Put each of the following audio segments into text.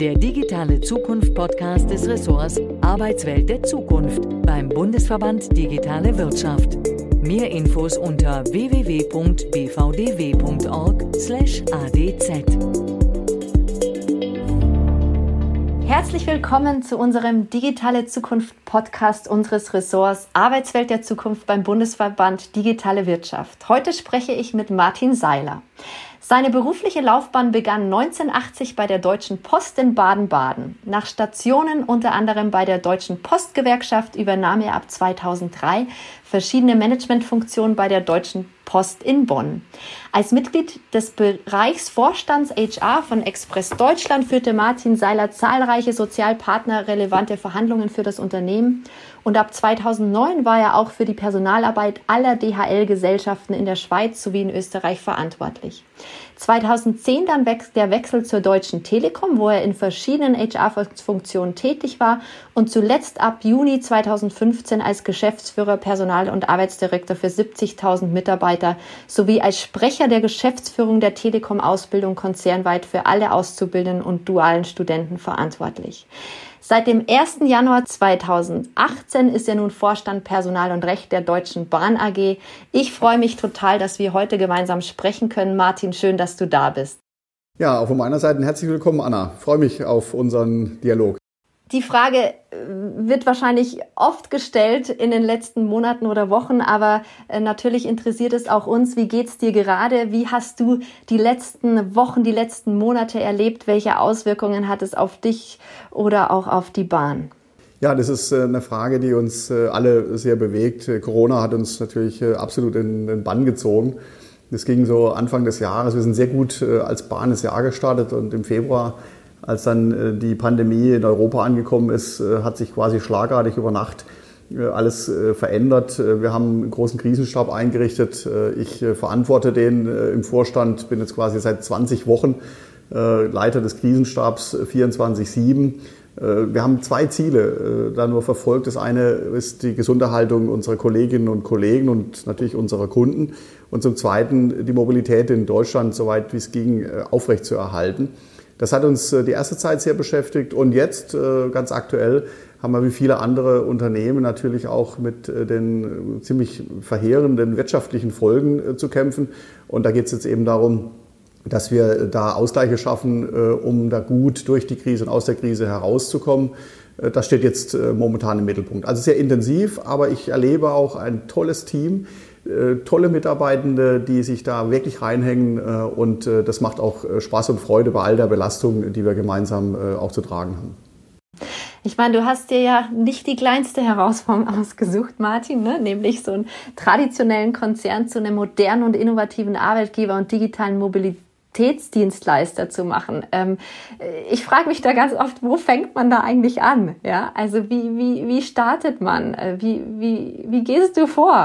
der digitale Zukunft-Podcast des Ressorts Arbeitswelt der Zukunft beim Bundesverband Digitale Wirtschaft. Mehr Infos unter www.bvdw.org/adz. Herzlich willkommen zu unserem Digitale Zukunft-Podcast unseres Ressorts Arbeitswelt der Zukunft beim Bundesverband Digitale Wirtschaft. Heute spreche ich mit Martin Seiler. Seine berufliche Laufbahn begann 1980 bei der Deutschen Post in Baden-Baden. Nach Stationen unter anderem bei der Deutschen Postgewerkschaft übernahm er ab 2003 verschiedene Managementfunktionen bei der Deutschen Post in Bonn. Als Mitglied des Bereichsvorstands HR von Express Deutschland führte Martin Seiler zahlreiche sozialpartnerrelevante Verhandlungen für das Unternehmen und ab 2009 war er auch für die Personalarbeit aller DHL-Gesellschaften in der Schweiz sowie in Österreich verantwortlich. 2010 dann der Wechsel zur Deutschen Telekom, wo er in verschiedenen HR-Funktionen tätig war und zuletzt ab Juni 2015 als Geschäftsführer, Personal- und Arbeitsdirektor für 70.000 Mitarbeiter sowie als Sprecher der Geschäftsführung der Telekom-Ausbildung konzernweit für alle Auszubildenden und dualen Studenten verantwortlich. Seit dem 1. Januar 2018 ist er nun Vorstand Personal und Recht der Deutschen Bahn AG. Ich freue mich total, dass wir heute gemeinsam sprechen können. Martin, schön, dass du da bist. Ja, auch von meiner Seite herzlich willkommen, Anna. Ich freue mich auf unseren Dialog. Die Frage wird wahrscheinlich oft gestellt in den letzten Monaten oder Wochen, aber natürlich interessiert es auch uns. Wie geht's dir gerade? Wie hast du die letzten Wochen, die letzten Monate erlebt? Welche Auswirkungen hat es auf dich oder auch auf die Bahn? Ja, das ist eine Frage, die uns alle sehr bewegt. Corona hat uns natürlich absolut in den Bann gezogen. Das ging so Anfang des Jahres. Wir sind sehr gut als Bahn das Jahr gestartet und im Februar, als dann die Pandemie in Europa angekommen ist, hat sich quasi schlagartig über Nacht alles verändert. Wir haben einen großen Krisenstab eingerichtet. Ich verantworte den im Vorstand, bin jetzt quasi seit 20 Wochen Leiter des Krisenstabs 24/7. Wir haben zwei Ziele da nur verfolgt. Das eine ist die Gesunderhaltung unserer Kolleginnen und Kollegen und natürlich unserer Kunden. Und zum Zweiten die Mobilität in Deutschland, soweit wie es ging, aufrechtzuerhalten. Das hat uns die erste Zeit sehr beschäftigt und jetzt, ganz aktuell, haben wir wie viele andere Unternehmen natürlich auch mit den ziemlich verheerenden wirtschaftlichen Folgen zu kämpfen. Und da geht es jetzt eben darum, dass wir da Ausgleiche schaffen, um da gut durch die Krise und aus der Krise herauszukommen. Das steht jetzt momentan im Mittelpunkt. Also sehr intensiv, aber ich erlebe auch ein tolles Team. Tolle Mitarbeitende, die sich da wirklich reinhängen und das macht auch Spaß und Freude bei all der Belastung, die wir gemeinsam auch zu tragen haben. Ich meine, du hast dir ja nicht die kleinste Herausforderung ausgesucht, Martin, ne? Nämlich so einen traditionellen Konzern zu einem modernen und innovativen Arbeitgeber und digitalen Mobilitätsdienstleister zu machen. Ich frage mich da ganz oft, wo fängt man da eigentlich an? Ja, also wie startet man? Wie gehst du vor?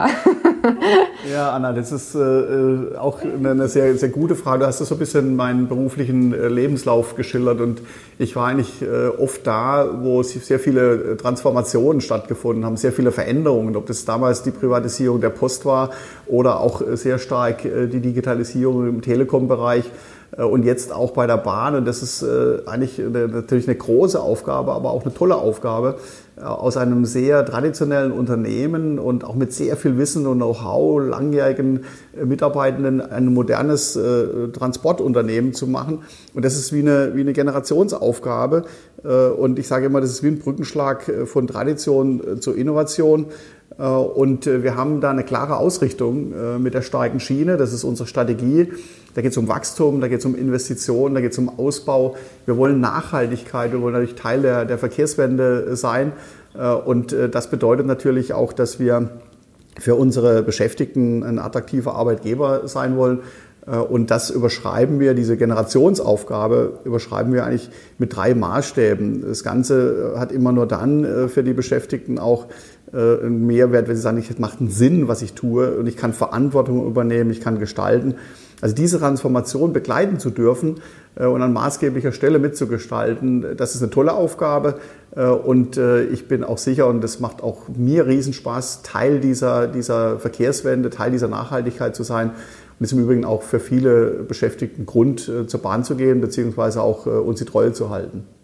Ja, Anna, das ist auch eine sehr, sehr gute Frage. Du hast so ein bisschen meinen beruflichen Lebenslauf geschildert und ich war eigentlich oft da, wo sehr viele Transformationen stattgefunden haben, sehr viele Veränderungen, ob das damals die Privatisierung der Post war oder auch sehr stark die Digitalisierung im Telekom-Bereich. Und jetzt auch bei der Bahn. Und das ist eigentlich natürlich eine große Aufgabe, aber auch eine tolle Aufgabe, aus einem sehr traditionellen Unternehmen und auch mit sehr viel Wissen und Know-how, langjährigen Mitarbeitenden ein modernes Transportunternehmen zu machen. Und das ist wie eine Generationsaufgabe. Und ich sage immer, das ist wie ein Brückenschlag von Tradition zur Innovation. Und wir haben da eine klare Ausrichtung mit der starken Schiene. Das ist unsere Strategie. Da geht es um Wachstum, da geht es um Investitionen, da geht es um Ausbau. Wir wollen Nachhaltigkeit, wir wollen natürlich Teil der Verkehrswende sein. Und das bedeutet natürlich auch, dass wir für unsere Beschäftigten ein attraktiver Arbeitgeber sein wollen. Und das überschreiben wir, diese Generationsaufgabe überschreiben wir eigentlich mit 3 Maßstäben. Das Ganze hat immer nur dann für die Beschäftigten auch einen Mehrwert, wenn sie sagen, es macht einen Sinn, was ich tue und ich kann Verantwortung übernehmen, ich kann gestalten. Also diese Transformation begleiten zu dürfen und an maßgeblicher Stelle mitzugestalten, das ist eine tolle Aufgabe und ich bin auch sicher und das macht auch mir Riesenspaß, Teil dieser Verkehrswende, Teil dieser Nachhaltigkeit zu sein. Und ist im Übrigen auch für viele Beschäftigten Grund, zur Bahn zu gehen, beziehungsweise auch uns die Treue zu halten.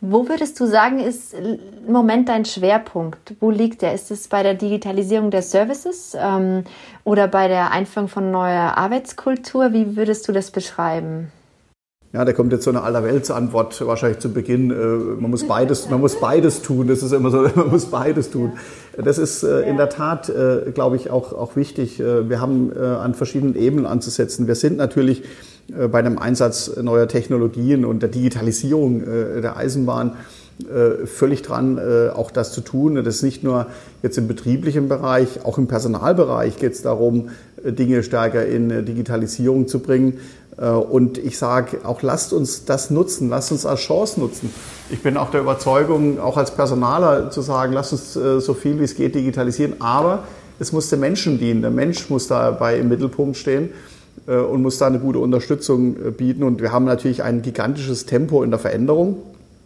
Wo würdest du sagen, ist im Moment dein Schwerpunkt? Wo liegt der? Ist es bei der Digitalisierung der Services oder bei der Einführung von neuer Arbeitskultur? Wie würdest du das beschreiben? Ja, da kommt jetzt so eine Allerweltsantwort wahrscheinlich zu Beginn. Man muss beides tun. Das ist immer so, man muss beides tun. Das ist in der Tat, glaube ich, auch wichtig. Wir haben an verschiedenen Ebenen anzusetzen. Wir sind natürlich bei dem Einsatz neuer Technologien und der Digitalisierung der Eisenbahn völlig dran, auch das zu tun. Das ist nicht nur jetzt im betrieblichen Bereich, auch im Personalbereich geht es darum, Dinge stärker in Digitalisierung zu bringen. Und ich sage auch, lasst uns das nutzen, lasst uns als Chance nutzen. Ich bin auch der Überzeugung, auch als Personaler zu sagen, lasst uns so viel wie es geht digitalisieren, aber es muss dem Menschen dienen. Der Mensch muss dabei im Mittelpunkt stehen und muss da eine gute Unterstützung bieten. Und wir haben natürlich ein gigantisches Tempo in der Veränderung,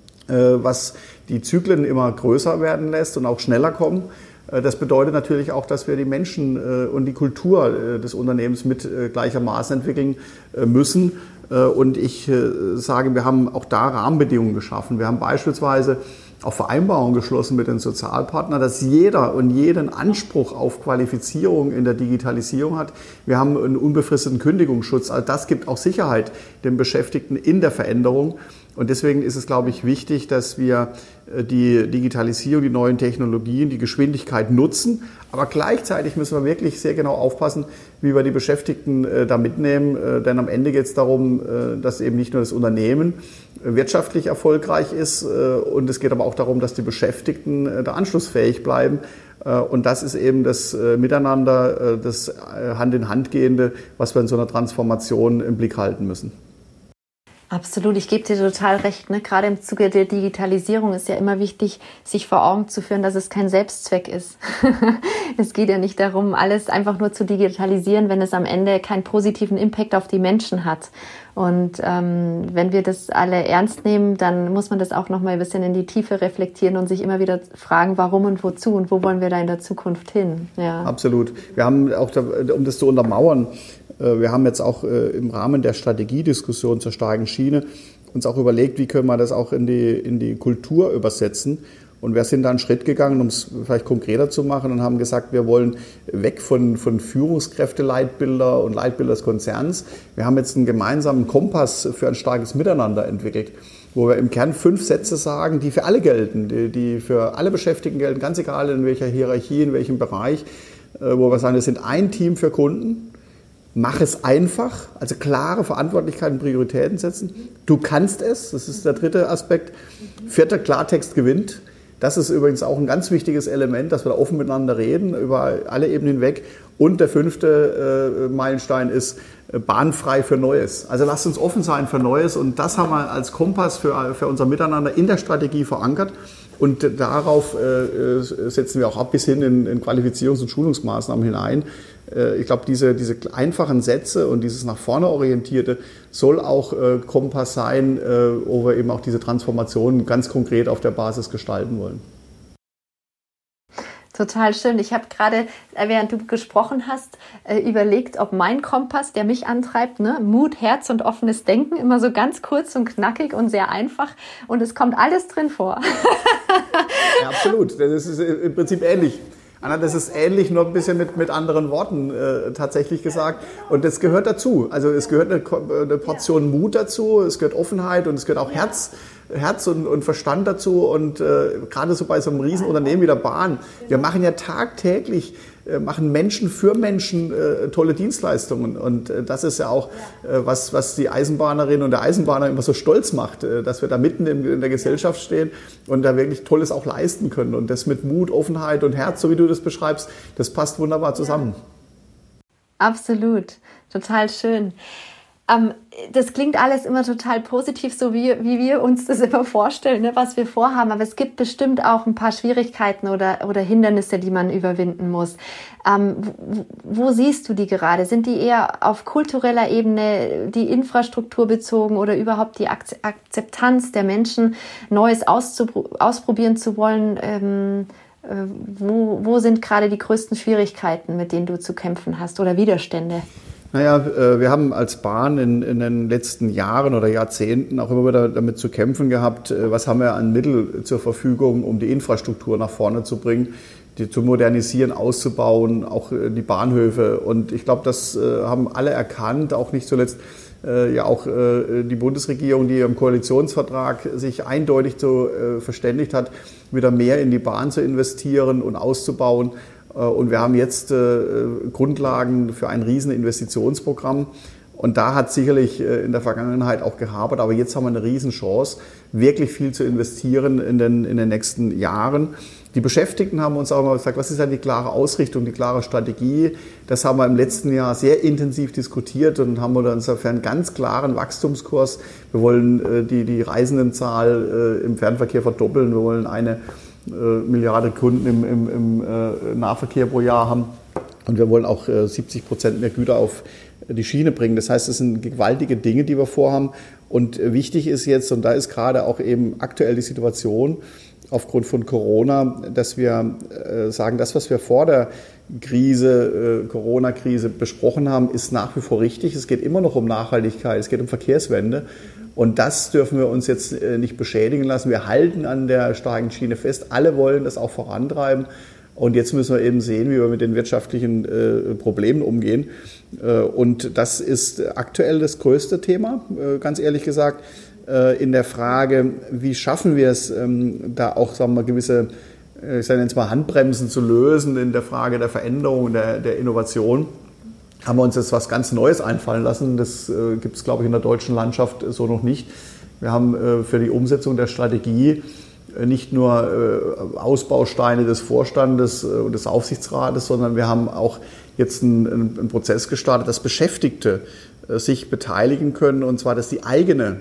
was die Zyklen immer größer werden lässt und auch schneller kommen. Das bedeutet natürlich auch, dass wir die Menschen und die Kultur des Unternehmens mit gleichermaßen entwickeln müssen. Und ich sage, wir haben auch da Rahmenbedingungen geschaffen. Wir haben beispielsweise auch Vereinbarungen geschlossen mit den Sozialpartnern, dass jeder und jeden Anspruch auf Qualifizierung in der Digitalisierung hat. Wir haben einen unbefristeten Kündigungsschutz. Also das gibt auch Sicherheit den Beschäftigten in der Veränderung. Und deswegen ist es, glaube ich, wichtig, dass wir die Digitalisierung, die neuen Technologien, die Geschwindigkeit nutzen. Aber gleichzeitig müssen wir wirklich sehr genau aufpassen, wie wir die Beschäftigten da mitnehmen. Denn am Ende geht es darum, dass eben nicht nur das Unternehmen wirtschaftlich erfolgreich ist. Und es geht aber auch darum, dass die Beschäftigten da anschlussfähig bleiben. Und das ist eben das Miteinander, das Hand in Hand gehende, was wir in so einer Transformation im Blick halten müssen. Absolut, ich gebe dir total recht. Ne? Gerade im Zuge der Digitalisierung ist ja immer wichtig, sich vor Augen zu führen, dass es kein Selbstzweck ist. Es geht ja nicht darum, alles einfach nur zu digitalisieren, wenn es am Ende keinen positiven Impact auf die Menschen hat. Und wenn wir das alle ernst nehmen, dann muss man das auch noch mal ein bisschen in die Tiefe reflektieren und sich immer wieder fragen, warum und wozu und wo wollen wir da in der Zukunft hin. Ja. Absolut. Wir haben auch, um das zu untermauern, wir haben jetzt auch im Rahmen der Strategiediskussion zur starken Schiene uns auch überlegt, wie können wir das auch in die Kultur übersetzen. Und wir sind da einen Schritt gegangen, um es vielleicht konkreter zu machen und haben gesagt, wir wollen weg von Führungskräfteleitbilder und Leitbilder des Konzerns. Wir haben jetzt einen gemeinsamen Kompass für ein starkes Miteinander entwickelt, wo wir im Kern 5 Sätze sagen, die für alle gelten, die für alle Beschäftigten gelten, ganz egal in welcher Hierarchie, in welchem Bereich, wo wir sagen, wir sind ein Team für Kunden. Mach es einfach, also klare Verantwortlichkeiten, Prioritäten setzen. Du kannst es, das ist der 3. Aspekt. 4. Klartext gewinnt. Das ist übrigens auch ein ganz wichtiges Element, dass wir da offen miteinander reden, über alle Ebenen hinweg. Und der 5. Meilenstein ist bahnfrei für Neues. Also lasst uns offen sein für Neues. Und das haben wir als Kompass für unser Miteinander in der Strategie verankert. Und darauf setzen wir auch ab bis hin in Qualifizierungs- und Schulungsmaßnahmen hinein. Ich glaube, diese einfachen Sätze und dieses nach vorne orientierte soll auch Kompass sein, wo wir eben auch diese Transformation ganz konkret auf der Basis gestalten wollen. Total schön. Ich habe gerade, während du gesprochen hast, überlegt, ob mein Kompass, der mich antreibt, ne, Mut, Herz und offenes Denken, immer so ganz kurz und knackig und sehr einfach. Und es kommt alles drin vor. Ja, absolut. Das ist im Prinzip ähnlich. Anna, das ist ähnlich, nur ein bisschen mit anderen Worten tatsächlich gesagt. Und das gehört dazu. Also es gehört eine Portion Mut dazu, es gehört Offenheit und es gehört auch Herz und Verstand dazu. Und gerade so bei so einem Riesenunternehmen wie der Bahn, wir machen ja tagtäglich, machen Menschen für Menschen tolle Dienstleistungen. Und das ist ja auch, was die Eisenbahnerin und der Eisenbahner immer so stolz macht, dass wir da mitten in der Gesellschaft stehen und da wirklich Tolles auch leisten können. Und das mit Mut, Offenheit und Herz, so wie du das beschreibst, das passt wunderbar zusammen. Absolut, total schön. Das klingt alles immer total positiv, so wie wir uns das immer vorstellen, ne, was wir vorhaben. Aber es gibt bestimmt auch ein paar Schwierigkeiten oder Hindernisse, die man überwinden muss. Wo siehst du die gerade? Sind die eher auf kultureller Ebene, die Infrastruktur bezogen oder überhaupt die Akzeptanz der Menschen, Neues ausprobieren zu wollen? Wo sind gerade die größten Schwierigkeiten, mit denen du zu kämpfen hast oder Widerstände? Naja, wir haben als Bahn in den letzten Jahren oder Jahrzehnten auch immer wieder damit zu kämpfen gehabt, was haben wir an Mitteln zur Verfügung, um die Infrastruktur nach vorne zu bringen, die zu modernisieren, auszubauen, auch die Bahnhöfe. Und ich glaube, das haben alle erkannt, auch nicht zuletzt die Bundesregierung, die im Koalitionsvertrag sich eindeutig so verständigt hat, wieder mehr in die Bahn zu investieren und auszubauen. Und wir haben jetzt Grundlagen für ein riesen Investitionsprogramm. Und da hat sicherlich in der Vergangenheit auch gehapert, aber jetzt haben wir eine Riesenchance, wirklich viel zu investieren in den nächsten Jahren. Die Beschäftigten haben uns auch mal gesagt, was ist denn die klare Ausrichtung, die klare Strategie? Das haben wir im letzten Jahr sehr intensiv diskutiert und haben wir insofern einen ganz klaren Wachstumskurs. Wir wollen die Reisendenzahl im Fernverkehr verdoppeln. Wir wollen 1 Milliarde Kunden im Nahverkehr pro Jahr haben. Und wir wollen auch 70% mehr Güter auf die Schiene bringen. Das heißt, es sind gewaltige Dinge, die wir vorhaben. Und wichtig ist jetzt, und da ist gerade auch eben aktuell die Situation, aufgrund von Corona, dass wir sagen, das, was wir vor der Corona-Krise besprochen haben, ist nach wie vor richtig. Es geht immer noch um Nachhaltigkeit, es geht um Verkehrswende. Und das dürfen wir uns jetzt nicht beschädigen lassen. Wir halten an der starken Schiene fest. Alle wollen das auch vorantreiben. Und jetzt müssen wir eben sehen, wie wir mit den wirtschaftlichen Problemen umgehen. Und das ist aktuell das größte Thema, ganz ehrlich gesagt. In der Frage, wie schaffen wir es, da auch, sagen wir mal, gewisse, ich sage jetzt mal, Handbremsen zu lösen in der Frage der Veränderung, der Innovation, haben wir uns jetzt was ganz Neues einfallen lassen. Das gibt es, glaube ich, in der deutschen Landschaft so noch nicht. Wir haben für die Umsetzung der Strategie nicht nur Ausbausteine des Vorstandes und des Aufsichtsrates, sondern wir haben auch jetzt einen Prozess gestartet, dass Beschäftigte sich beteiligen können, und zwar, dass die eigene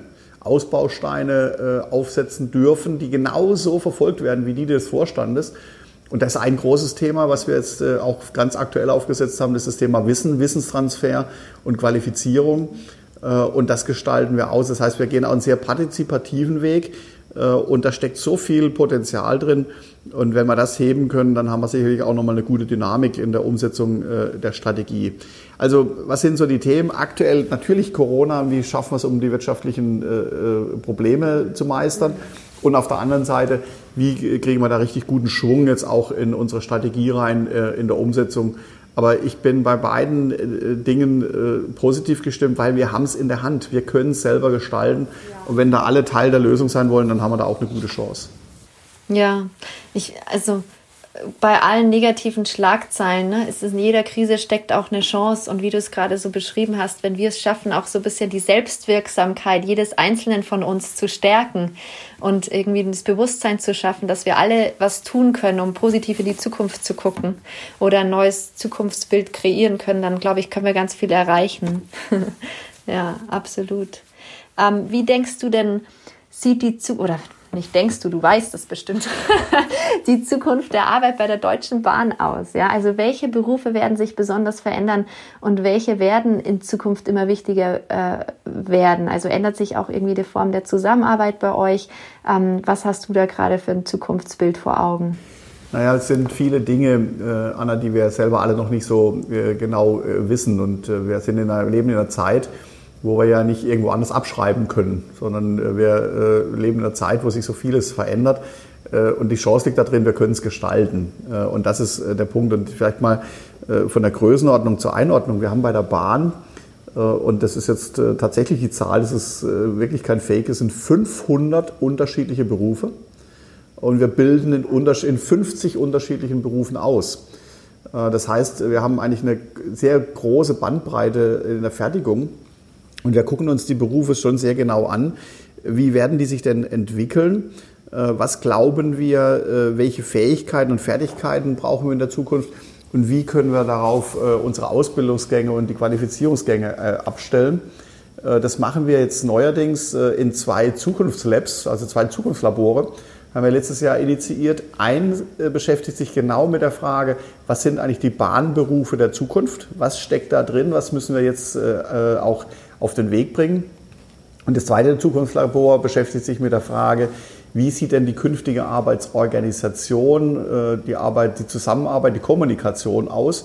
Ausbausteine aufsetzen dürfen, die genauso verfolgt werden wie die des Vorstandes. Und das ist ein großes Thema, was wir jetzt auch ganz aktuell aufgesetzt haben, das ist das Thema Wissen, Wissenstransfer und Qualifizierung. Und das gestalten wir aus. Das heißt, wir gehen auch einen sehr partizipativen Weg. Und da steckt so viel Potenzial drin. Und wenn wir das heben können, dann haben wir sicherlich auch nochmal eine gute Dynamik in der Umsetzung der Strategie. Also was sind so die Themen? Aktuell natürlich Corona, wie schaffen wir es, um die wirtschaftlichen Probleme zu meistern? Und auf der anderen Seite, wie kriegen wir da richtig guten Schwung jetzt auch in unsere Strategie rein, in der Umsetzung? Aber ich bin bei beiden Dingen positiv gestimmt, weil wir haben es in der Hand. Wir können es selber gestalten. Ja. Und wenn da alle Teil der Lösung sein wollen, dann haben wir da auch eine gute Chance. Ja, also bei allen negativen Schlagzeilen, ne, ist es, in jeder Krise steckt auch eine Chance. Und wie du es gerade so beschrieben hast, wenn wir es schaffen, auch so ein bisschen die Selbstwirksamkeit jedes Einzelnen von uns zu stärken und irgendwie das Bewusstsein zu schaffen, dass wir alle was tun können, um positiv in die Zukunft zu gucken oder ein neues Zukunftsbild kreieren können, dann glaube ich, können wir ganz viel erreichen. Ja, absolut. Wie denkst du denn, sieht die Zukunft, oder nicht denkst du weißt es bestimmt, die Zukunft der Arbeit bei der Deutschen Bahn aus? Ja? Also welche Berufe werden sich besonders verändern und welche werden in Zukunft immer wichtiger werden? Also ändert sich auch irgendwie die Form der Zusammenarbeit bei euch? Was hast du da gerade für ein Zukunftsbild vor Augen? Naja, es sind viele Dinge, Anna, die wir selber alle noch nicht so genau wissen. Und wir leben in einer Zeit, wo wir ja nicht irgendwo anders abschreiben können, sondern wir leben in einer Zeit, wo sich so vieles verändert. Und die Chance liegt darin, wir können es gestalten. Und das ist der Punkt. Und vielleicht mal von der Größenordnung zur Einordnung. Wir haben bei der Bahn, und das ist jetzt tatsächlich die Zahl, das ist wirklich kein Fake, es sind 500 unterschiedliche Berufe. Und wir bilden in 50 unterschiedlichen Berufen aus. Das heißt, wir haben eigentlich eine sehr große Bandbreite in der Fertigung. Und wir gucken uns die Berufe schon sehr genau an. Wie werden die sich denn entwickeln? Was glauben wir, welche Fähigkeiten und Fertigkeiten brauchen wir in der Zukunft? Und wie können wir darauf unsere Ausbildungsgänge und die Qualifizierungsgänge abstellen? Das machen wir jetzt neuerdings in 2 Zukunftslabs, also 2 Zukunftslabore. Haben wir letztes Jahr initiiert. Ein beschäftigt sich genau mit der Frage, was sind eigentlich die Bahnberufe der Zukunft? Was steckt da drin? Was müssen wir jetzt auch auf den Weg bringen? Und das zweite Zukunftslabor beschäftigt sich mit der Frage, wie sieht denn die künftige Arbeitsorganisation, die Zusammenarbeit, die Kommunikation aus?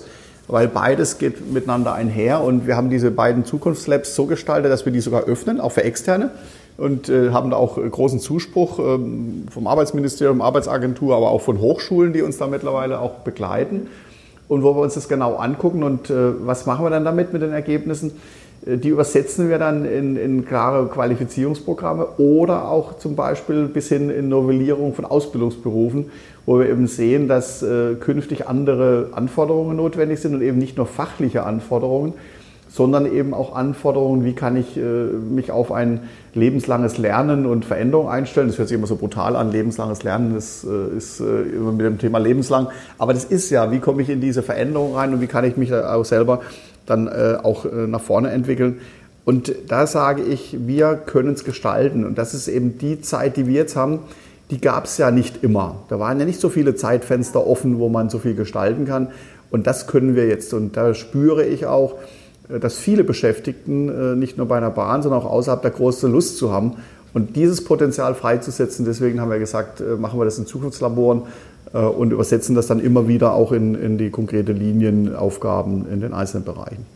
weil beides geht miteinander einher und wir haben diese beiden Zukunftslabs so gestaltet, dass wir die sogar öffnen, auch für Externe und haben da auch großen Zuspruch vom Arbeitsministerium, Arbeitsagentur, aber auch von Hochschulen, die uns da mittlerweile auch begleiten und wo wir uns das genau angucken und was machen wir dann damit mit den Ergebnissen? Die übersetzen wir dann in klare Qualifizierungsprogramme oder auch zum Beispiel bis hin in Novellierung von Ausbildungsberufen, wo wir eben sehen, dass künftig andere Anforderungen notwendig sind und eben nicht nur fachliche Anforderungen, sondern eben auch Anforderungen, wie kann ich mich auf ein lebenslanges Lernen und Veränderung einstellen. Das hört sich immer so brutal an, lebenslanges Lernen, das ist immer mit dem Thema lebenslang. Aber das ist ja, wie komme ich in diese Veränderung rein und wie kann ich mich auch selber dann auch nach vorne entwickeln. Und da sage ich, wir können es gestalten. Und das ist eben die Zeit, die wir jetzt haben, die gab es ja nicht immer. Da waren ja nicht so viele Zeitfenster offen, wo man so viel gestalten kann. Und das können wir jetzt. Und da spüre ich auch, dass viele Beschäftigten, nicht nur bei einer Bahn, sondern auch außerhalb, da große Lust zu haben. Und dieses Potenzial freizusetzen, deswegen haben wir gesagt, machen wir das in Zukunftslaboren und übersetzen das dann immer wieder auch in die konkrete Linienaufgaben in den einzelnen Bereichen.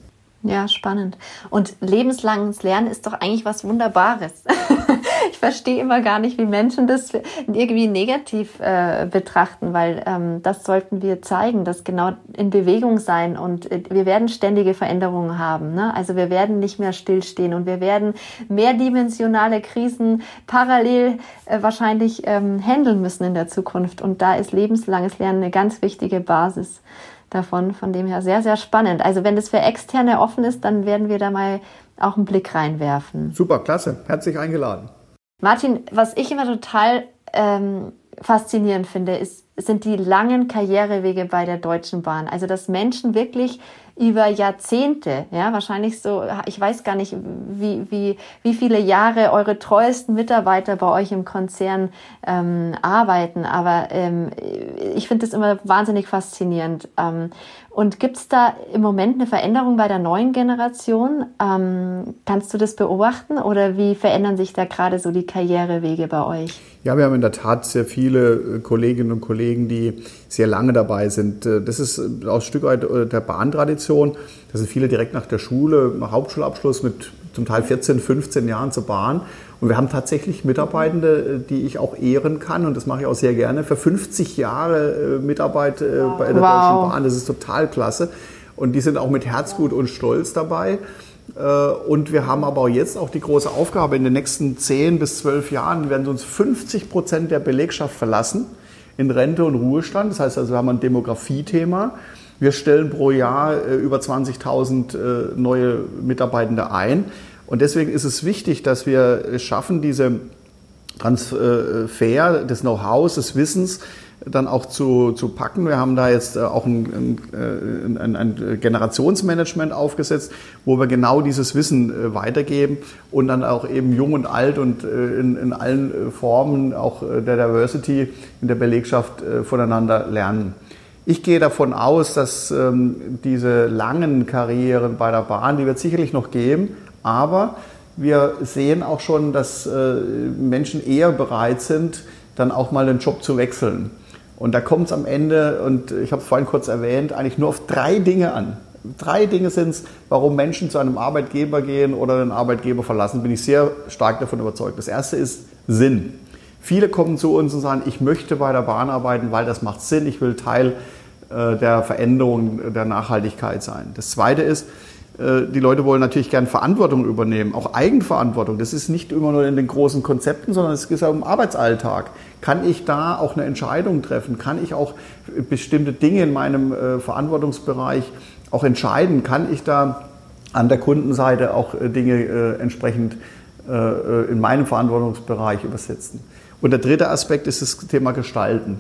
Ja, spannend. Und lebenslanges Lernen ist doch eigentlich was Wunderbares. Ich verstehe immer gar nicht, wie Menschen das irgendwie negativ betrachten, weil das sollten wir zeigen, dass genau in Bewegung sein und wir werden ständige Veränderungen haben. Ne? Also wir werden nicht mehr stillstehen und wir werden mehrdimensionale Krisen parallel wahrscheinlich handeln müssen in der Zukunft. Und da ist lebenslanges Lernen eine ganz wichtige Basis davon, von dem her sehr, sehr spannend. Also wenn das für Externe offen ist, dann werden wir da mal auch einen Blick reinwerfen. Super, klasse. Herzlich eingeladen. Martin, was ich immer total faszinierend finde, sind die langen Karrierewege bei der Deutschen Bahn. Also dass Menschen wirklich über Jahrzehnte, ja, wahrscheinlich so, ich weiß gar nicht, wie viele Jahre eure treuesten Mitarbeiter bei euch im Konzern arbeiten, aber ich finde das immer wahnsinnig faszinierend. Und gibt's da im Moment eine Veränderung bei der neuen Generation? Kannst du das beobachten oder wie verändern sich da gerade so die Karrierewege bei euch? Ja, wir haben in der Tat sehr viele Kolleginnen und Kollegen, die sehr lange dabei sind. Das ist auch ein Stück weit der Bahntradition. Da sind viele direkt nach der Schule, nach Hauptschulabschluss mit zum Teil 14, 15 Jahren zur Bahn. Und wir haben tatsächlich Mitarbeitende, die ich auch ehren kann, und das mache ich auch sehr gerne, für 50 Jahre Mitarbeit bei der Deutschen Bahn. Das ist total klasse. Und die sind auch mit Herzblut und Stolz dabei. Und wir haben aber jetzt auch die große Aufgabe, in den nächsten 10 bis 12 Jahren werden uns 50% der Belegschaft verlassen in Rente und Ruhestand. Das heißt also, wir haben ein Demografiethema. Wir stellen pro Jahr über 20.000 neue Mitarbeitende ein. Und deswegen ist es wichtig, dass wir es schaffen, diese Transfer des Know-hows, des Wissens dann auch zu packen. Wir haben da jetzt auch ein Generationsmanagement aufgesetzt, wo wir genau dieses Wissen weitergeben und dann auch eben jung und alt und in allen Formen auch der Diversity in der Belegschaft voneinander lernen. Ich gehe davon aus, dass diese langen Karrieren bei der Bahn, die wird es sicherlich noch geben, aber wir sehen auch schon, dass Menschen eher bereit sind, dann auch mal den Job zu wechseln. Und da kommt es am Ende, und ich habe es vorhin kurz erwähnt, eigentlich nur auf 3 Dinge an. 3 Dinge sind es, warum Menschen zu einem Arbeitgeber gehen oder einen Arbeitgeber verlassen, bin ich sehr stark davon überzeugt. Das erste ist Sinn. Viele kommen zu uns und sagen, ich möchte bei der Bahn arbeiten, weil das macht Sinn, ich will Teil der Veränderung, der Nachhaltigkeit sein. Das zweite ist, die Leute wollen natürlich gern Verantwortung übernehmen, auch Eigenverantwortung. Das ist nicht immer nur in den großen Konzepten, sondern es geht auch im Arbeitsalltag. Kann ich da auch eine Entscheidung treffen? Kann ich auch bestimmte Dinge in meinem Verantwortungsbereich auch entscheiden? Kann ich da an der Kundenseite auch Dinge entsprechend in meinem Verantwortungsbereich übersetzen? Und der dritte Aspekt ist das Thema Gestalten.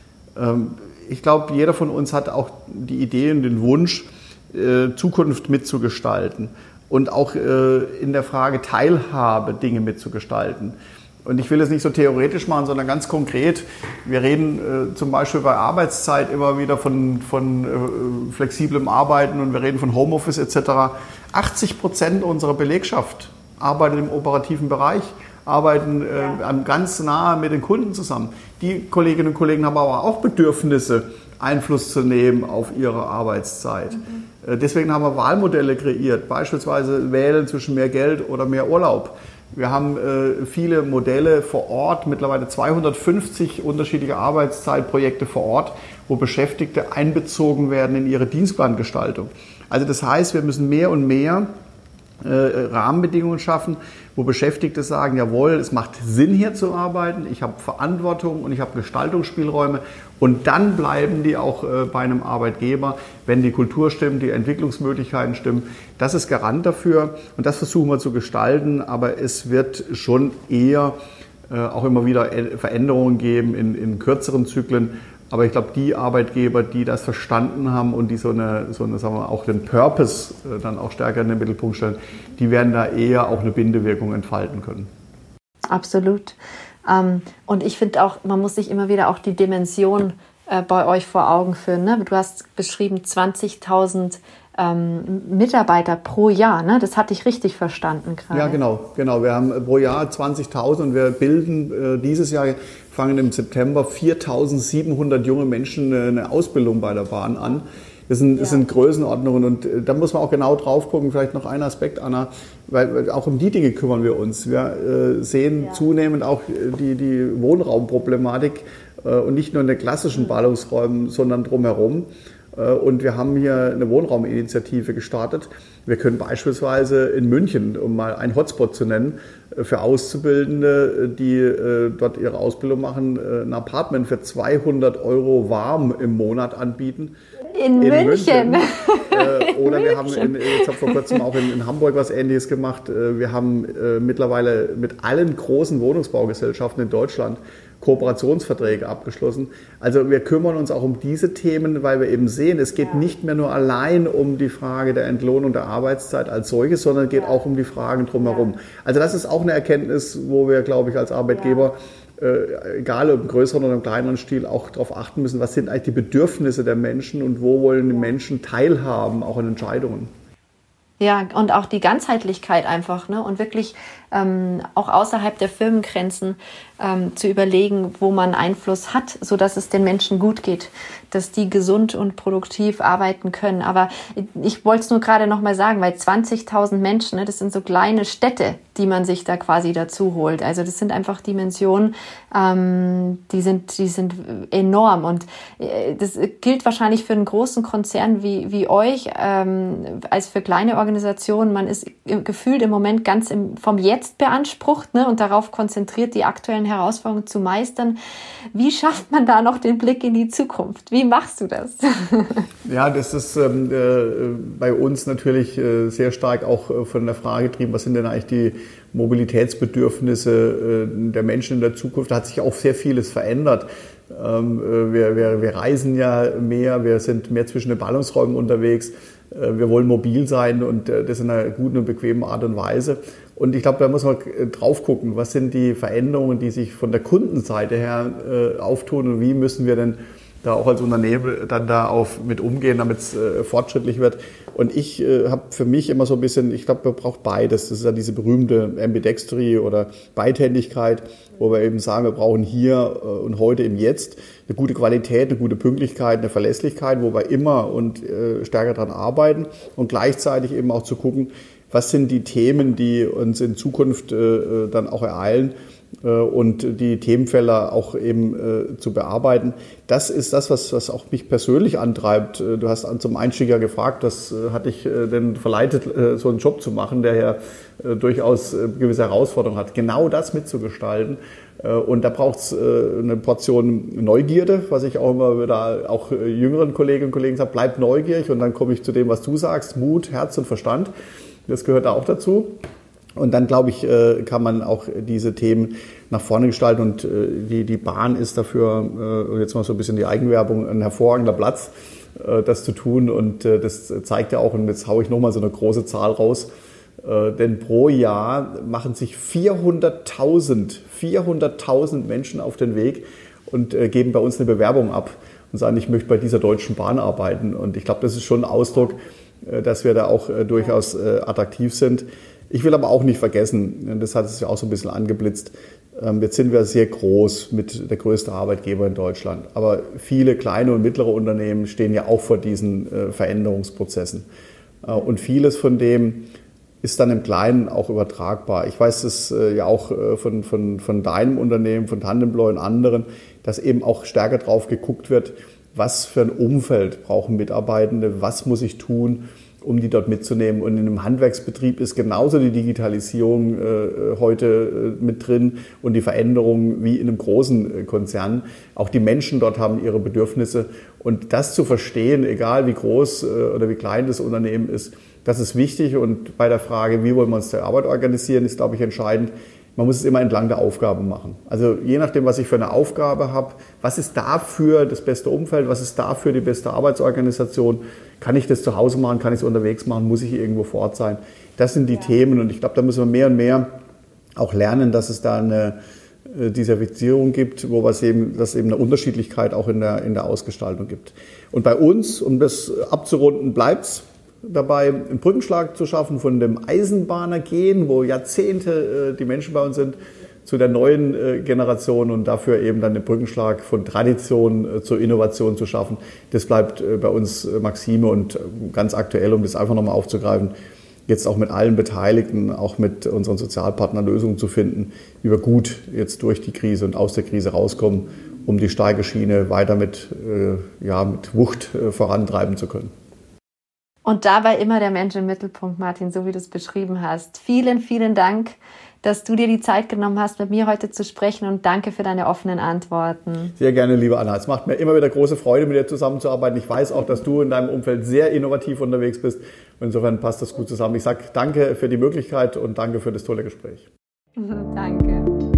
Ich glaube, jeder von uns hat auch die Idee und den Wunsch, Zukunft mitzugestalten und auch in der Frage Teilhabe Dinge mitzugestalten. Und ich will es nicht so theoretisch machen, sondern ganz konkret. Wir reden zum Beispiel bei Arbeitszeit immer wieder von flexiblem Arbeiten und wir reden von Homeoffice etc. 80% unserer Belegschaft arbeitet im operativen Bereich. arbeiten ganz nah mit den Kunden zusammen. Die Kolleginnen und Kollegen haben aber auch Bedürfnisse, Einfluss zu nehmen auf ihre Arbeitszeit. Deswegen haben wir Wahlmodelle kreiert, beispielsweise wählen zwischen mehr Geld oder mehr Urlaub. Wir haben viele Modelle vor Ort, mittlerweile 250 unterschiedliche Arbeitszeitprojekte vor Ort, wo Beschäftigte einbezogen werden in ihre Dienstplangestaltung. Also das heißt, wir müssen mehr und mehr Rahmenbedingungen schaffen, wo Beschäftigte sagen, jawohl, es macht Sinn hier zu arbeiten, ich habe Verantwortung und ich habe Gestaltungsspielräume und dann bleiben die auch bei einem Arbeitgeber, wenn die Kultur stimmt, die Entwicklungsmöglichkeiten stimmen. Das ist Garant dafür und das versuchen wir zu gestalten, aber es wird schon eher auch immer wieder Veränderungen geben in kürzeren Zyklen. Aber ich glaube, die Arbeitgeber, die das verstanden haben und die so eine sagen wir, auch den Purpose dann auch stärker in den Mittelpunkt stellen, die werden da eher auch eine Bindewirkung entfalten können. Absolut. Und ich finde auch, man muss sich immer wieder auch die Dimension bei euch vor Augen führen. Ne? Du hast beschrieben 20.000 Mitarbeiter pro Jahr, ne? Das hatte ich richtig verstanden gerade. Ja, genau. Wir haben pro Jahr 20.000 und wir bilden dieses Jahr, fangen im September 4.700 junge Menschen eine Ausbildung bei der Bahn an. Das sind Größenordnungen und da muss man auch genau drauf gucken. Vielleicht noch ein Aspekt, Anna, weil auch um die Dinge kümmern wir uns. Wir sehen zunehmend auch die Wohnraumproblematik und nicht nur in den klassischen Ballungsräumen, sondern drumherum. Und wir haben hier eine Wohnrauminitiative gestartet. Wir können beispielsweise in München, um mal einen Hotspot zu nennen, für Auszubildende, die dort ihre Ausbildung machen, ein Apartment für 200 € warm im Monat anbieten. In München. Oder wir haben jetzt habe vor kurzem auch in Hamburg was Ähnliches gemacht. Wir haben mittlerweile mit allen großen Wohnungsbaugesellschaften in Deutschland Kooperationsverträge abgeschlossen. Also wir kümmern uns auch um diese Themen, weil wir eben sehen, es geht nicht mehr nur allein um die Frage der Entlohnung der Arbeitszeit als solches, sondern es geht auch um die Fragen drumherum. Also das ist auch eine Erkenntnis, wo wir, glaube ich, als Arbeitgeber, egal ob im größeren oder im kleineren Stil, auch darauf achten müssen, was sind eigentlich die Bedürfnisse der Menschen und wo wollen die Menschen teilhaben, auch an Entscheidungen. Ja, und auch die Ganzheitlichkeit einfach, ne? Und wirklich auch außerhalb der Firmengrenzen zu überlegen, wo man Einfluss hat, sodass es den Menschen gut geht, dass die gesund und produktiv arbeiten können. Aber ich wollte es nur gerade nochmal sagen, weil 20.000 Menschen, ne, das sind so kleine Städte, die man sich da quasi dazu holt. Also das sind einfach Dimensionen, die sind enorm. Und das gilt wahrscheinlich für einen großen Konzern wie euch, als für kleine Organisationen. Man ist gefühlt im Moment ganz vom Jetzt beansprucht, ne, und darauf konzentriert, die aktuellen Herausforderungen zu meistern. Wie schafft man da noch den Blick in die Zukunft? Wie machst du das? Ja, das ist bei uns natürlich sehr stark auch von der Frage getrieben, was sind denn eigentlich die Mobilitätsbedürfnisse der Menschen in der Zukunft? Da hat sich auch sehr vieles verändert. Wir reisen ja mehr, wir sind mehr zwischen den Ballungsräumen unterwegs, wir wollen mobil sein und das in einer guten und bequemen Art und Weise. Und ich glaube, da muss man drauf gucken, was sind die Veränderungen, die sich von der Kundenseite her auftun und wie müssen wir denn da auch als Unternehmen dann da mit umgehen, damit es fortschrittlich wird. Und ich habe für mich immer so ein bisschen, ich glaube, man braucht beides. Das ist ja diese berühmte Ambidextry oder Beidhändigkeit, wo wir eben sagen, wir brauchen hier und heute im Jetzt eine gute Qualität, eine gute Pünktlichkeit, eine Verlässlichkeit, wo wir immer und stärker dran arbeiten und gleichzeitig eben auch zu gucken, was sind die Themen, die uns in Zukunft dann auch ereilen und die Themenfelder auch eben zu bearbeiten. Das ist das, was auch mich persönlich antreibt. Du hast zum Einstieg ja gefragt, was hat dich denn verleitet, so einen Job zu machen, der ja durchaus gewisse Herausforderungen hat. Genau das mitzugestalten. Und da braucht es eine Portion Neugierde, was ich auch immer wieder auch jüngeren Kolleginnen und Kollegen sage, bleib neugierig und dann komme ich zu dem, was du sagst, Mut, Herz und Verstand. Das gehört da auch dazu. Und dann, glaube ich, kann man auch diese Themen nach vorne gestalten. Und die Bahn ist dafür, jetzt mal so ein bisschen die Eigenwerbung, ein hervorragender Platz, das zu tun. Und das zeigt ja auch, und jetzt haue ich nochmal so eine große Zahl raus, denn pro Jahr machen sich 400.000 Menschen auf den Weg und geben bei uns eine Bewerbung ab und sagen, ich möchte bei dieser Deutschen Bahn arbeiten. Und ich glaube, das ist schon ein Ausdruck, dass wir da auch durchaus attraktiv sind. Ich will aber auch nicht vergessen, das hat es ja auch so ein bisschen angeblitzt, jetzt sind wir sehr groß mit der größte Arbeitgeber in Deutschland. Aber viele kleine und mittlere Unternehmen stehen ja auch vor diesen Veränderungsprozessen. Und vieles von dem ist dann im Kleinen auch übertragbar. Ich weiß das ja auch von deinem Unternehmen, von Tandemploy und anderen, dass eben auch stärker drauf geguckt wird, was für ein Umfeld brauchen Mitarbeitende, was muss ich tun, um die dort mitzunehmen. Und in einem Handwerksbetrieb ist genauso die Digitalisierung heute mit drin und die Veränderungen wie in einem großen Konzern. Auch die Menschen dort haben ihre Bedürfnisse. Und das zu verstehen, egal wie groß oder wie klein das Unternehmen ist, das ist wichtig. Und bei der Frage, wie wollen wir uns die Arbeit organisieren, ist, glaube ich, entscheidend. Man muss es immer entlang der Aufgaben machen. Also je nachdem, was ich für eine Aufgabe habe, was ist dafür das beste Umfeld, was ist dafür die beste Arbeitsorganisation, kann ich das zu Hause machen, kann ich es unterwegs machen, muss ich irgendwo vor Ort sein. Das sind die Themen und ich glaube, da müssen wir mehr und mehr auch lernen, dass es da eine Diversifizierung gibt, wo es eben eine Unterschiedlichkeit auch in der Ausgestaltung gibt. Und bei uns, um das abzurunden, bleibt es dabei, einen Brückenschlag zu schaffen von dem Eisenbahnergehen, wo Jahrzehnte die Menschen bei uns sind, zu der neuen Generation und dafür eben dann den Brückenschlag von Tradition zur Innovation zu schaffen. Das bleibt bei uns Maxime und ganz aktuell, um das einfach nochmal aufzugreifen, jetzt auch mit allen Beteiligten, auch mit unseren Sozialpartnern Lösungen zu finden, wie wir gut jetzt durch die Krise und aus der Krise rauskommen, um die steige Schiene weiter mit Wucht vorantreiben zu können. Und dabei immer der Mensch im Mittelpunkt, Martin, so wie du es beschrieben hast. Vielen, vielen Dank, dass du dir die Zeit genommen hast, mit mir heute zu sprechen und danke für deine offenen Antworten. Sehr gerne, liebe Anna. Es macht mir immer wieder große Freude, mit dir zusammenzuarbeiten. Ich weiß auch, dass du in deinem Umfeld sehr innovativ unterwegs bist. Insofern passt das gut zusammen. Ich sage danke für die Möglichkeit und danke für das tolle Gespräch. Danke.